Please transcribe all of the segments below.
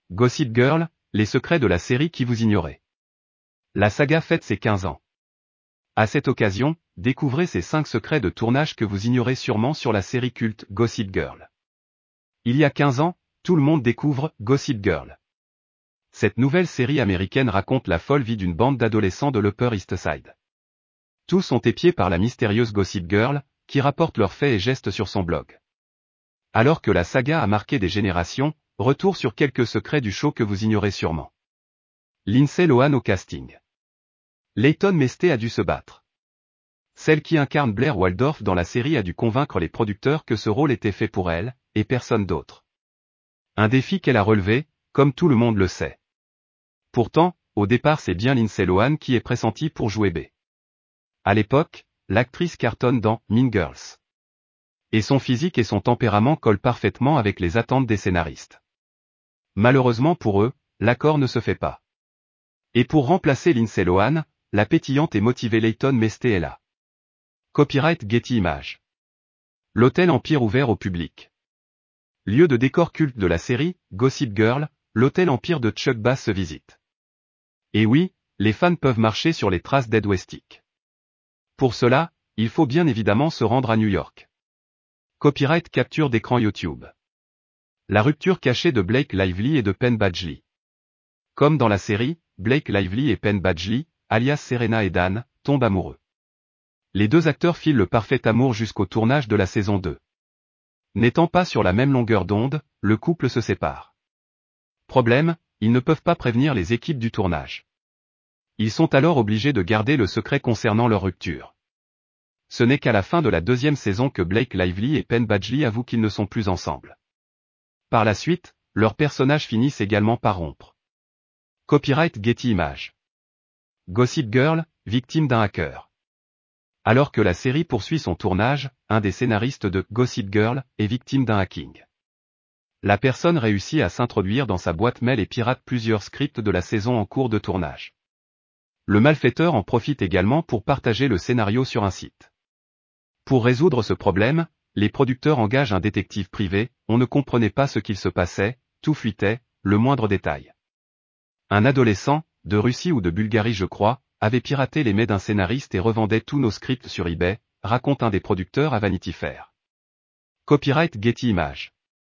Gossip Girl, les secrets de la série qui vous ignorez. La saga fête ses 15 ans. À cette occasion, découvrez ces 5 secrets de tournage que vous ignorez sûrement sur la série culte Gossip Girl. Il y a 15 ans, tout le monde découvre Gossip Girl. Cette nouvelle série américaine raconte la folle vie d'une bande d'adolescents de l'Upper East Side. Tous sont épiés par la mystérieuse Gossip Girl, qui rapporte leurs faits et gestes sur son blog. Alors que la saga a marqué des générations, retour sur quelques secrets du show que vous ignorez sûrement. Lindsay Lohan au casting. Leighton Meester a dû se battre. Celle qui incarne Blair Waldorf dans la série a dû convaincre les producteurs que ce rôle était fait pour elle, et personne d'autre. Un défi qu'elle a relevé, comme tout le monde le sait. Pourtant, au départ c'est bien Lindsay Lohan qui est pressentie pour jouer B. À l'époque, l'actrice cartonne dans Mean Girls. Et son physique et son tempérament collent parfaitement avec les attentes des scénaristes. Malheureusement pour eux, l'accord ne se fait pas. Et pour remplacer Lindsay Lohan, la pétillante et motivée Leighton Meester est là. Copyright Getty Images. L'hôtel Empire ouvert au public. Lieu de décor culte de la série, Gossip Girl, l'hôtel Empire de Chuck Bass se visite. Et oui, les fans peuvent marcher sur les traces d'Ed Westick. Pour cela, il faut bien évidemment se rendre à New York. Copyright capture d'écran YouTube. La rupture cachée de Blake Lively et de Penn Badgley. Comme dans la série, Blake Lively et Penn Badgley, alias Serena et Dan, tombent amoureux. Les deux acteurs filent le parfait amour jusqu'au tournage de la saison 2. N'étant pas sur la même longueur d'onde, le couple se sépare. Problème, ils ne peuvent pas prévenir les équipes du tournage. Ils sont alors obligés de garder le secret concernant leur rupture. Ce n'est qu'à la fin de la deuxième saison que Blake Lively et Penn Badgley avouent qu'ils ne sont plus ensemble. Par la suite, leurs personnages finissent également par rompre. Copyright Getty Images. Gossip Girl, victime d'un hacker. Alors que la série poursuit son tournage, un des scénaristes de Gossip Girl est victime d'un hacking. La personne réussit à s'introduire dans sa boîte mail et pirate plusieurs scripts de la saison en cours de tournage. Le malfaiteur en profite également pour partager le scénario sur un site. Pour résoudre ce problème, les producteurs engagent un détective privé, on ne comprenait pas ce qu'il se passait, tout fuitait, le moindre détail. Un adolescent, de Russie ou de Bulgarie je crois, avait piraté les mails d'un scénariste et revendait tous nos scripts sur eBay, raconte un des producteurs à Vanity Fair. Copyright Getty Images.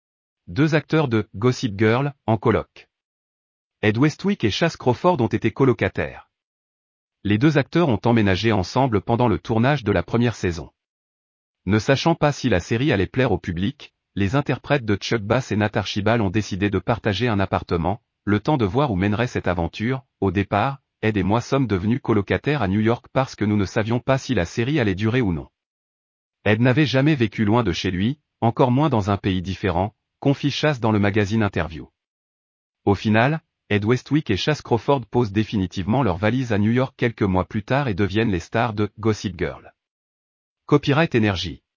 2 acteurs de Gossip Girl, en coloc. Ed Westwick et Chase Crawford ont été colocataires. Les 2 acteurs ont emménagé ensemble pendant le tournage de la première saison. Ne sachant pas si la série allait plaire au public, les interprètes de Chuck Bass et Nat Archibald ont décidé de partager un appartement, le temps de voir où mènerait cette aventure. Au départ, Ed et moi sommes devenus colocataires à New York parce que nous ne savions pas si la série allait durer ou non. Ed n'avait jamais vécu loin de chez lui, encore moins dans un pays différent, confie Chase dans le magazine Interview. Au final, Ed Westwick et Chase Crawford posent définitivement leurs valises à New York quelques mois plus tard et deviennent les stars de Gossip Girl. Copyright Énergie.